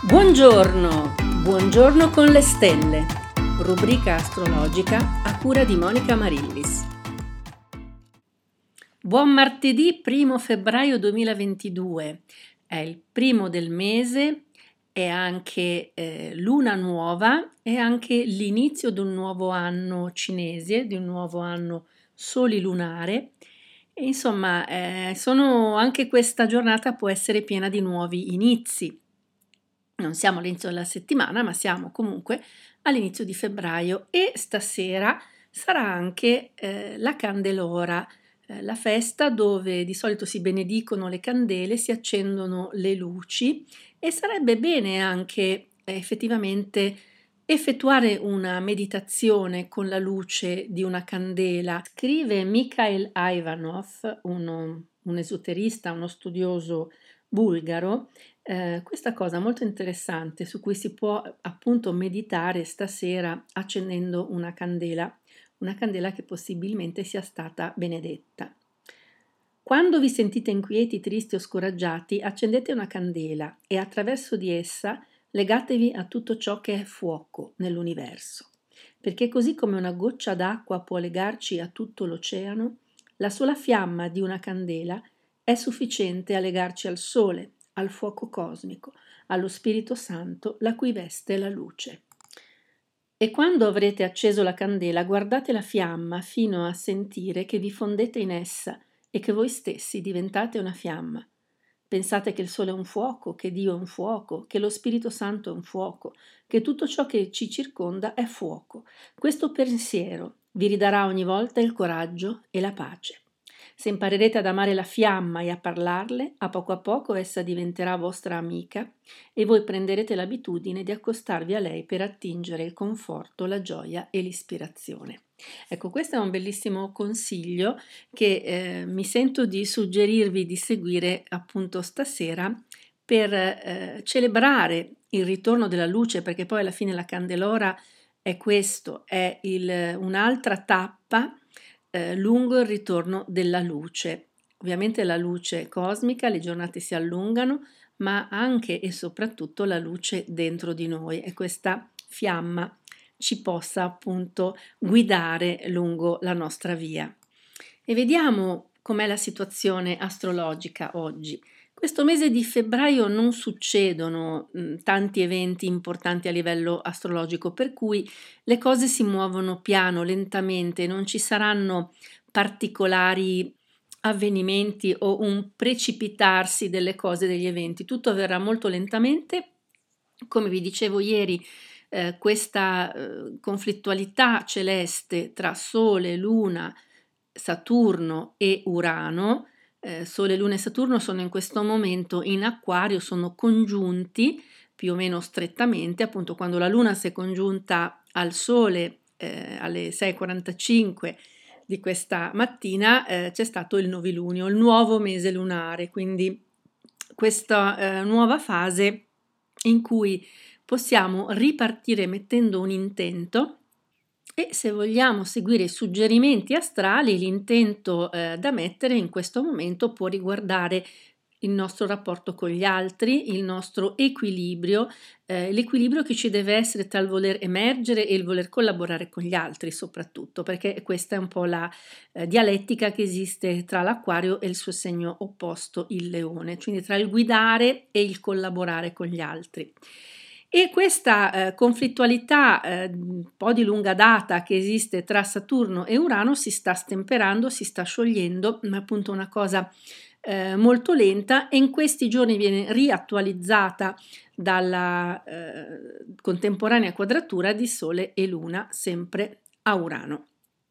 Buongiorno, buongiorno con le stelle, rubrica astrologica a cura di Monica Marillis. Buon martedì 1 febbraio 2022, è il primo del mese, è anche luna nuova, è anche l'inizio di un nuovo anno cinese, di un nuovo anno solilunare. E insomma, anche questa giornata può essere piena di nuovi inizi. Non siamo all'inizio della settimana, ma siamo comunque all'inizio di febbraio e stasera sarà anche la Candelora, la festa dove di solito si benedicono le candele, si accendono le luci e sarebbe bene anche effettivamente effettuare una meditazione con la luce di una candela. Scrive Mikhail Ivanov, un esoterista, uno studioso bulgaro, questa cosa molto interessante su cui si può appunto meditare stasera accendendo una candela che possibilmente sia stata benedetta. Quando vi sentite inquieti, tristi o scoraggiati, accendete una candela e attraverso di essa legatevi a tutto ciò che è fuoco nell'universo, perché così come una goccia d'acqua può legarci a tutto l'oceano, la sola fiamma di una candela è sufficiente a legarci al sole, al fuoco cosmico, allo Spirito Santo, la cui veste è la luce. E quando avrete acceso la candela, guardate la fiamma fino a sentire che vi fondete in essa e che voi stessi diventate una fiamma. Pensate che il sole è un fuoco, che Dio è un fuoco, che lo Spirito Santo è un fuoco, che tutto ciò che ci circonda è fuoco. Questo pensiero vi ridarà ogni volta il coraggio e la pace. Se imparerete ad amare la fiamma e a parlarle, a poco essa diventerà vostra amica e voi prenderete l'abitudine di accostarvi a lei per attingere il conforto, la gioia e l'ispirazione. Ecco, questo è un bellissimo consiglio che mi sento di suggerirvi di seguire appunto stasera per celebrare il ritorno della luce, perché poi alla fine la Candelora è questo, è un'altra tappa lungo il ritorno della luce. Ovviamente la luce cosmica, le giornate si allungano, ma anche e soprattutto la luce dentro di noi e questa fiamma ci possa appunto guidare lungo la nostra via. E vediamo com'è la situazione astrologica oggi. Questo mese di febbraio non succedono tanti eventi importanti a livello astrologico, per cui le cose si muovono piano, lentamente, non ci saranno particolari avvenimenti o un precipitarsi delle cose, degli eventi, tutto avverrà molto lentamente. Come vi dicevo ieri, questa conflittualità celeste tra Sole, Luna, Saturno e Urano, Sole, Luna e Saturno sono in questo momento in Acquario, sono congiunti più o meno strettamente, appunto quando la Luna si è congiunta al Sole alle 6:45 di questa mattina c'è stato il novilunio, il nuovo mese lunare, quindi questa nuova fase in cui possiamo ripartire mettendo un intento. E se vogliamo seguire i suggerimenti astrali, l'intento da mettere in questo momento può riguardare il nostro rapporto con gli altri, il nostro equilibrio, l'equilibrio che ci deve essere tra il voler emergere e il voler collaborare con gli altri soprattutto, perché questa è un po' la dialettica che esiste tra l'acquario e il suo segno opposto, il leone, quindi tra il guidare e il collaborare con gli altri. E questa conflittualità un po' di lunga data che esiste tra Saturno e Urano si sta stemperando, si sta sciogliendo, ma è appunto una cosa molto lenta e in questi giorni viene riattualizzata dalla contemporanea quadratura di Sole e Luna, sempre a Urano.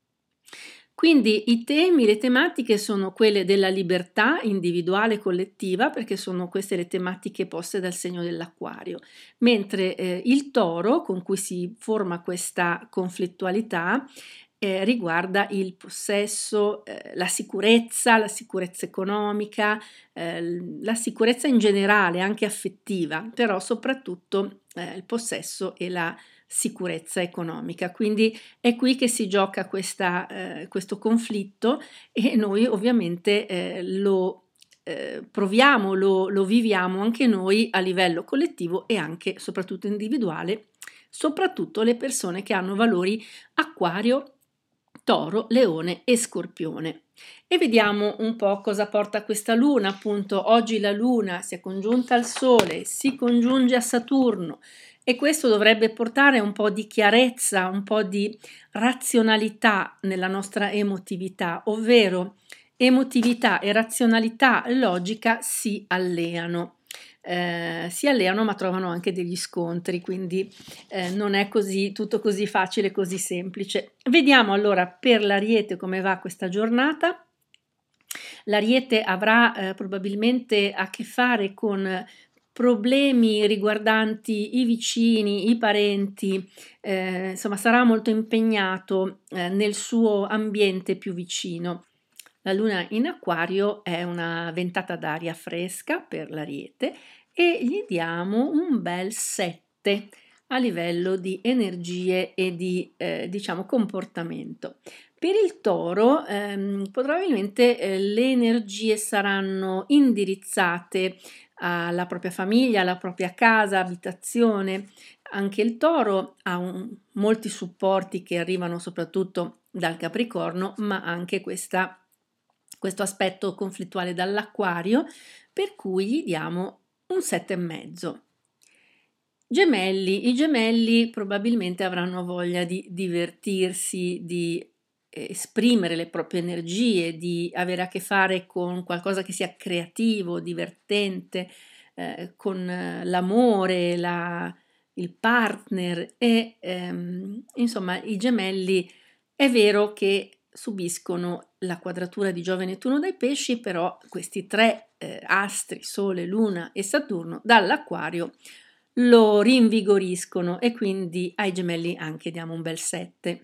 Quindi i temi, le tematiche sono quelle della libertà individuale e collettiva, perché sono queste le tematiche poste dal segno dell'Acquario, mentre il Toro, con cui si forma questa conflittualità, riguarda il possesso, la sicurezza economica, la sicurezza in generale, anche affettiva, però soprattutto il possesso e la sicurezza economica. Quindi è qui che si gioca questo conflitto e noi ovviamente lo proviamo, lo viviamo anche noi a livello collettivo e anche soprattutto individuale, soprattutto le persone che hanno valori Acquario, Toro, Leone e Scorpione. E vediamo un po' cosa porta questa luna. Appunto, oggi la luna si è congiunta al Sole, si congiunge a Saturno e questo dovrebbe portare un po' di chiarezza, un po' di razionalità nella nostra emotività, ovvero emotività e razionalità logica si alleano. Ma trovano anche degli scontri, quindi non è così tutto così facile, così semplice. Vediamo allora per l'Ariete come va questa giornata. L'Ariete avrà probabilmente a che fare con problemi riguardanti i vicini, i parenti, insomma sarà molto impegnato nel suo ambiente più vicino. La luna in Acquario è una ventata d'aria fresca per l'Ariete e gli diamo un bel 7 a livello di energie e di diciamo comportamento. Per il Toro probabilmente le energie saranno indirizzate alla propria famiglia, alla propria casa, abitazione. Anche il Toro ha molti supporti che arrivano soprattutto dal Capricorno, ma anche questo aspetto conflittuale dall'Acquario, per cui gli diamo un 7,5. I gemelli probabilmente avranno voglia di divertirsi, di esprimere le proprie energie, di avere a che fare con qualcosa che sia creativo, divertente, con l'amore, il partner e insomma i gemelli è vero che subiscono la quadratura di Giove Nettuno dai Pesci, però questi tre astri, Sole, Luna e Saturno, dall'Acquario lo rinvigoriscono e quindi ai gemelli anche diamo un bel 7.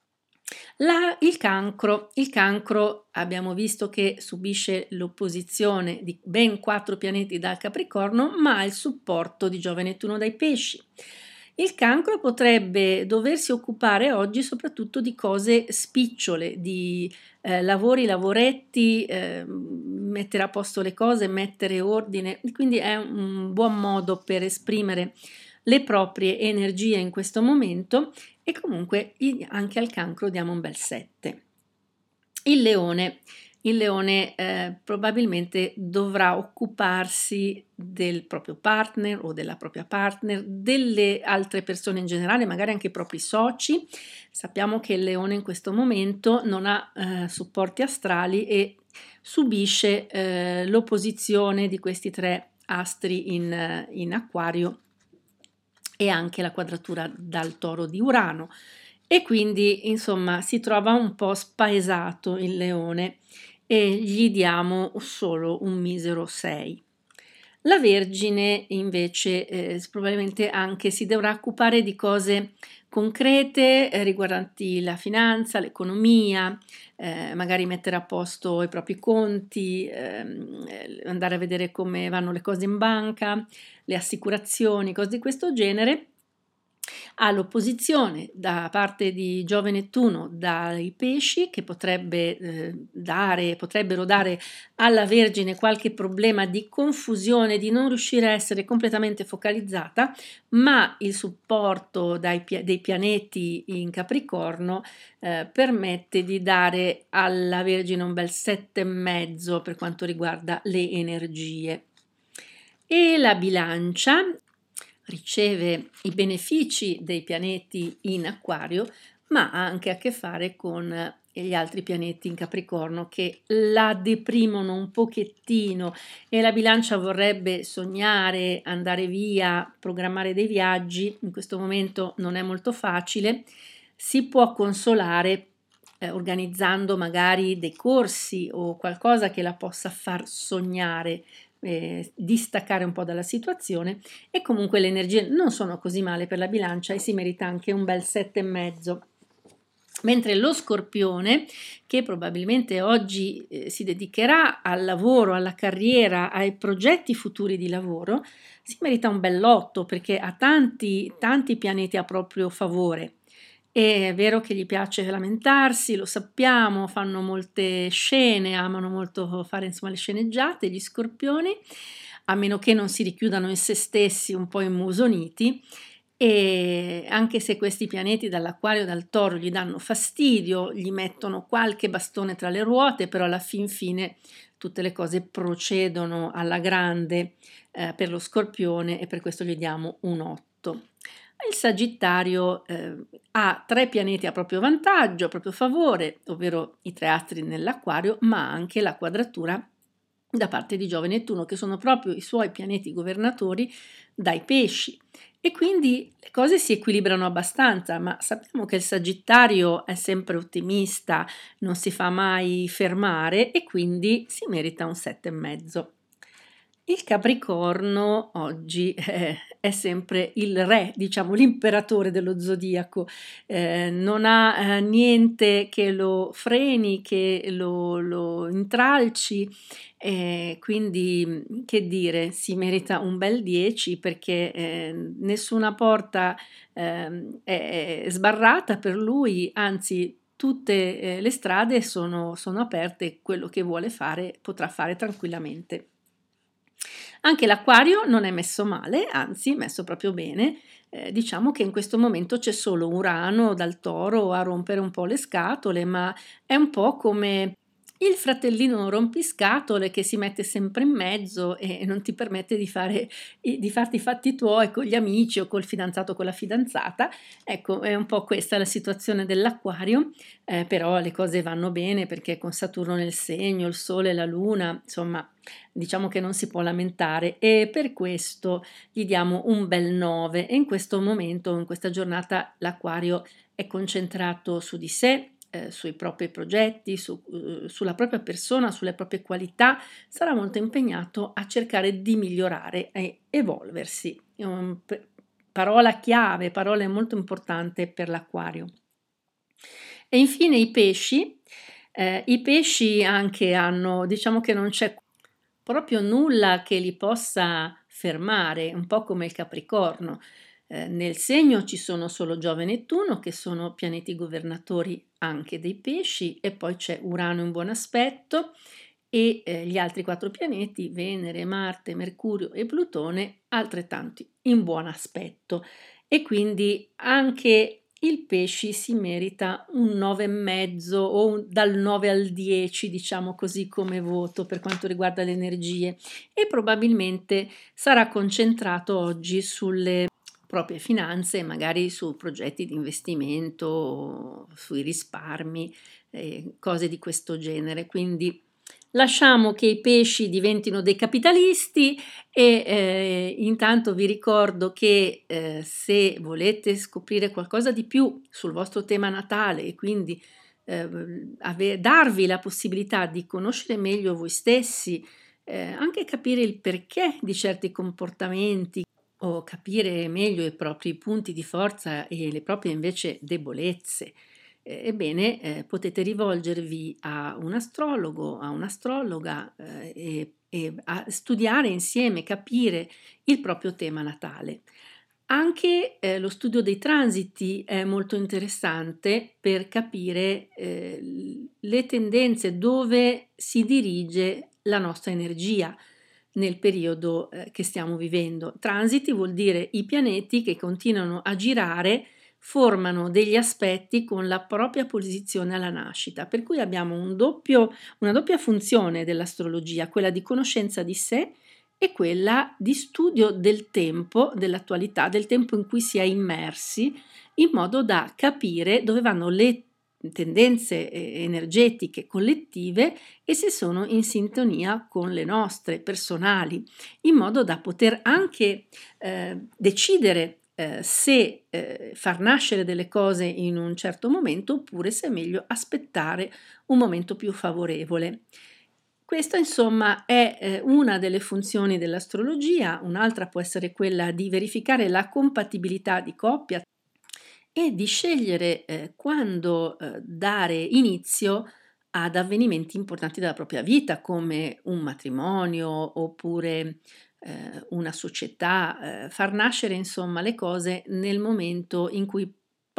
Il cancro abbiamo visto che subisce l'opposizione di ben 4 pianeti dal Capricorno, ma ha il supporto di Giove Nettuno dai Pesci. Il cancro potrebbe doversi occupare oggi soprattutto di cose spicciole, di lavoretti, mettere a posto le cose, mettere ordine, quindi è un buon modo per esprimere le proprie energie in questo momento e comunque anche al cancro diamo un bel 7. Il leone probabilmente dovrà occuparsi del proprio partner o della propria partner, delle altre persone in generale, magari anche i propri soci. Sappiamo che il leone in questo momento non ha supporti astrali e subisce l'opposizione di questi tre astri in Acquario e anche la quadratura dal Toro di Urano. E quindi insomma si trova un po' spaesato il leone e gli diamo solo un misero 6. La Vergine invece probabilmente anche si dovrà occupare di cose concrete riguardanti la finanza, l'economia, magari mettere a posto i propri conti, andare a vedere come vanno le cose in banca, le assicurazioni, cose di questo genere. Ha l'opposizione da parte di Giove Nettuno dai pesci che potrebbero dare alla Vergine qualche problema di confusione, di non riuscire a essere completamente focalizzata, ma il supporto dei pianeti in Capricorno permette di dare alla Vergine un bel 7,5 per quanto riguarda le energie. E la Bilancia riceve i benefici dei pianeti in Acquario, ma ha anche a che fare con gli altri pianeti in Capricorno che la deprimono un pochettino e la Bilancia vorrebbe sognare, andare via, programmare dei viaggi. In questo momento non è molto facile. Si può consolare organizzando magari dei corsi o qualcosa che la possa far sognare, distaccare un po' dalla situazione e comunque le energie non sono così male per la Bilancia e si merita anche un bel 7,5. Mentre lo Scorpione, che probabilmente oggi si dedicherà al lavoro, alla carriera, ai progetti futuri di lavoro, si merita un bell'otto perché ha tanti pianeti a proprio favore. È vero che gli piace lamentarsi, lo sappiamo, fanno molte scene, amano molto fare insomma le sceneggiate, gli scorpioni, a meno che non si richiudano in se stessi un po' immusoniti. E anche se questi pianeti dall'Acquario e dal Toro gli danno fastidio, gli mettono qualche bastone tra le ruote, però alla fin fine tutte le cose procedono alla grande per lo Scorpione e per questo gli diamo un 8. Il Sagittario ha tre pianeti a proprio vantaggio, a proprio favore, ovvero i tre astri nell'Acquario, ma anche la quadratura da parte di Giove e Nettuno, che sono proprio i suoi pianeti governatori dai pesci. E quindi le cose si equilibrano abbastanza, ma sappiamo che il Sagittario è sempre ottimista, non si fa mai fermare e quindi si merita un 7,5. Il Capricorno oggi è sempre il re, diciamo l'imperatore dello zodiaco, non ha niente che lo freni, che lo intralci, quindi che dire, si merita un bel 10 perché nessuna porta è sbarrata per lui, anzi tutte le strade sono aperte, quello che vuole fare potrà fare tranquillamente. Anche l'Acquario non è messo male, anzi messo proprio bene. Diciamo che in questo momento c'è solo Urano dal Toro a rompere un po' le scatole, ma è un po' come il fratellino rompiscatole che si mette sempre in mezzo e non ti permette di farti i fatti tuoi con gli amici o col fidanzato o con la fidanzata. Ecco, è un po' questa la situazione dell'Acquario, però le cose vanno bene perché con Saturno nel segno, il Sole, la Luna, insomma, diciamo che non si può lamentare e per questo gli diamo un bel 9 e in questo momento, in questa giornata, l'Acquario è concentrato su di sé, sui propri progetti, sulla propria persona, sulle proprie qualità, sarà molto impegnato a cercare di migliorare e evolversi. Parola chiave, parola molto importante per l'Acquario. E infine i pesci anche hanno, diciamo che non c'è proprio nulla che li possa fermare, un po' come il Capricorno. Nel segno ci sono solo Giove e Nettuno, che sono pianeti governatori anche dei pesci, e poi c'è Urano in buon aspetto e gli altri quattro pianeti, Venere, Marte, Mercurio e Plutone, altrettanti in buon aspetto. E quindi anche il pesci si merita un 9,5 o dal 9 al 10, diciamo così, come voto per quanto riguarda le energie e probabilmente sarà concentrato oggi sulle proprie finanze, magari su progetti di investimento, sui risparmi, cose di questo genere. Quindi lasciamo che i pesci diventino dei capitalisti e intanto vi ricordo che se volete scoprire qualcosa di più sul vostro tema natale e quindi darvi la possibilità di conoscere meglio voi stessi, anche capire il perché di certi comportamenti o capire meglio i propri punti di forza e le proprie invece debolezze. Ebbene, potete rivolgervi a un astrologo, a un'astrologa e a studiare insieme, capire il proprio tema natale. Anche lo studio dei transiti è molto interessante per capire le tendenze dove si dirige la nostra energia nel periodo che stiamo vivendo. Transiti vuol dire i pianeti che continuano a girare formano degli aspetti con la propria posizione alla nascita, per cui abbiamo una doppia funzione dell'astrologia, quella di conoscenza di sé e quella di studio del tempo, dell'attualità, del tempo in cui si è immersi, in modo da capire dove vanno le tendenze energetiche collettive e se sono in sintonia con le nostre personali, in modo da poter anche decidere se far nascere delle cose in un certo momento oppure se è meglio aspettare un momento più favorevole. Questa insomma è una delle funzioni dell'astrologia, un'altra può essere quella di verificare la compatibilità di coppia e di scegliere quando dare inizio ad avvenimenti importanti della propria vita, come un matrimonio oppure una società, far nascere insomma le cose nel momento in cui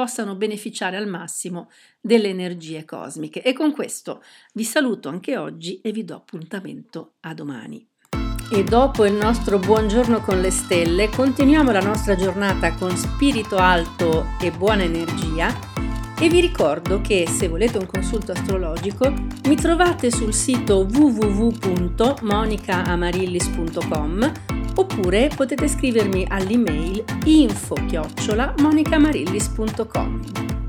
possano beneficiare al massimo delle energie cosmiche. E con questo vi saluto anche oggi e vi do appuntamento a domani. E dopo il nostro buongiorno con le stelle, continuiamo la nostra giornata con spirito alto e buona energia. E vi ricordo che se volete un consulto astrologico mi trovate sul sito www.monicaamarillis.com oppure potete scrivermi all'email info@monicamarillis.com.